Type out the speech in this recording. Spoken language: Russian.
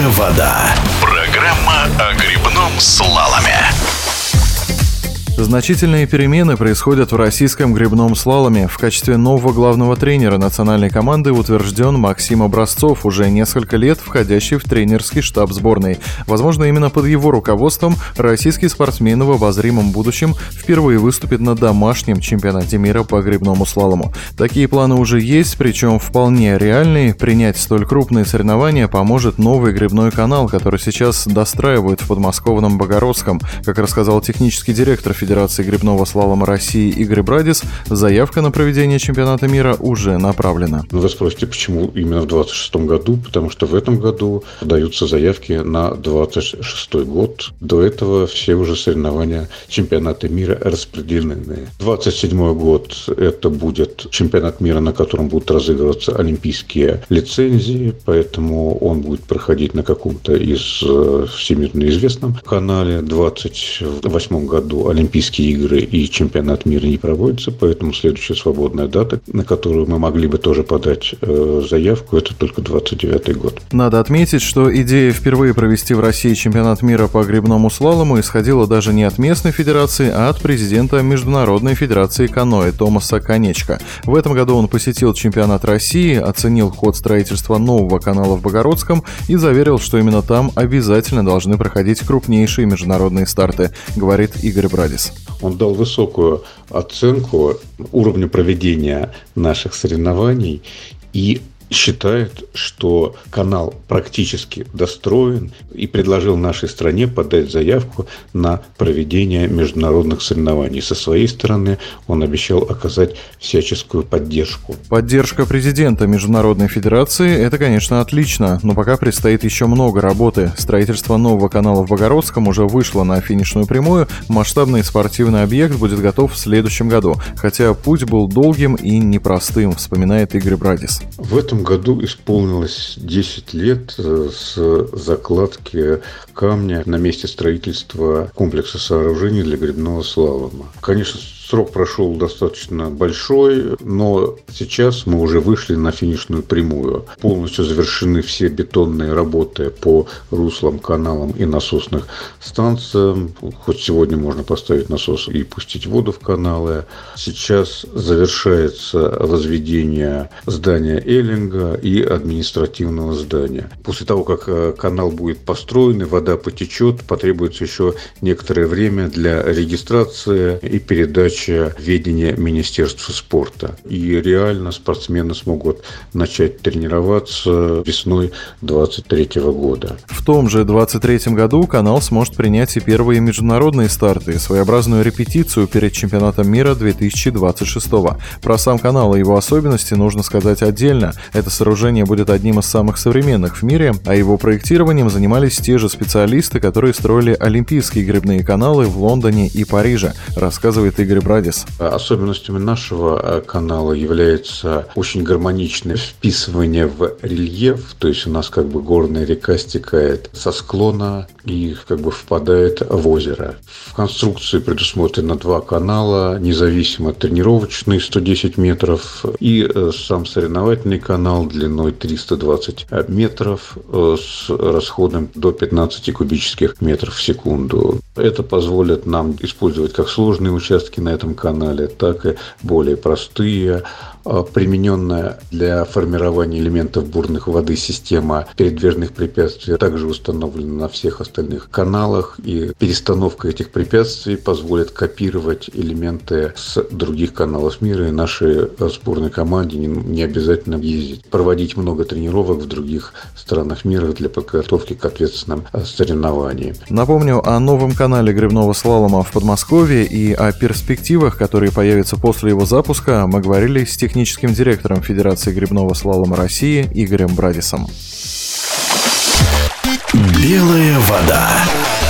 Белая вода. Программа о гребном слаломе. Значительные перемены происходят в российском гребном слаломе. В качестве нового главного тренера национальной команды утвержден Максим Образцов, уже несколько лет входящий в тренерский штаб сборной. Возможно, именно под его руководством российские спортсмены в обозримом будущем впервые выступят на домашнем чемпионате мира по гребному слалому. Такие планы уже есть, причем вполне реальные. Принять столь крупные соревнования поможет новый гребной канал, который сейчас достраивают в подмосковном Богородском. Как рассказал технический директор Федерации гребного слалома России Игорь Брадис, заявка на проведение чемпионата мира уже направлена. Вы спросите, почему именно в 2026 году? Потому что в этом году подаются заявки на 2026 год. До этого все уже соревнования чемпионата мира распределены. 2027 год – это будет чемпионат мира, на котором будут разыгрываться олимпийские лицензии, поэтому он будет проходить на каком-то из всемирно известном канале. В 2028 году Олимпийские игры и чемпионат мира не проводятся, поэтому следующая свободная дата, на которую мы могли бы тоже подать заявку, это только 2029 год. Надо отметить, что идея впервые провести в России чемпионат мира по гребному слалому исходила даже не от местной федерации, а от президента Международной федерации каноэ Томаса Конечко. В этом году он посетил чемпионат России, оценил ход строительства нового канала в Богородском и заверил, что именно там обязательно должны проходить крупнейшие международные старты, говорит Игорь Брадис. Он дал высокую оценку уровню проведения наших соревнований и считает, что канал практически достроен, и предложил нашей стране подать заявку на проведение международных соревнований. Со своей стороны он обещал оказать всяческую поддержку. Поддержка президента Международной Федерации – это, конечно, отлично, но пока предстоит еще много работы. Строительство нового канала в Богородском уже вышло на финишную прямую, масштабный спортивный объект будет готов в следующем году, хотя путь был долгим и непростым, вспоминает Игорь Брадис. В этом году исполнилось 10 лет с закладки камня на месте строительства комплекса сооружений для гребного слалома. Конечно, срок прошел достаточно большой, но сейчас мы уже вышли на финишную прямую. Полностью завершены все бетонные работы по руслам, каналам и насосных станциям. Хоть сегодня можно поставить насос и пустить воду в каналы. Сейчас завершается возведение здания эллинга и административного здания. После того, как канал будет построен и вода потечет, потребуется еще некоторое время для регистрации и передачи ведения Министерства спорта. И реально спортсмены смогут начать тренироваться весной 2023 года. В том же 2023 году канал сможет принять и первые международные старты, своеобразную репетицию перед чемпионатом мира 2026. Про сам канал и его особенности нужно сказать отдельно. Это сооружение будет одним из самых современных в мире, а его проектированием занимались те же специалисты, которые строили олимпийские гребные каналы в Лондоне и Париже, рассказывает Игорь Брадис. Особенностями нашего канала является очень гармоничное вписывание в рельеф, то есть у нас как бы горная река стекает со склона и как бы впадает в озеро. В конструкции предусмотрено 2 канала, независимо тренировочный 110 метров и сам соревновательный канал длиной 320 метров с расходом до 15 кубических метров в секунду. Это позволит нам использовать как сложные участки на этом канале, так и более простые. Примененная для формирования элементов бурных воды система передвижных препятствий также установлена на всех остальных каналах, и перестановка этих препятствий позволит копировать элементы с других каналов мира, и нашей сборной команде не обязательно ездить, проводить много тренировок в других странах мира для подготовки к ответственным соревнованиям. Напомню о новом канале гребного слалома в Подмосковье и о перспективах, которые появятся после его запуска, мы говорили с техническим директором Федерации гребного слалома России Игорем Брадисом. Белая вода.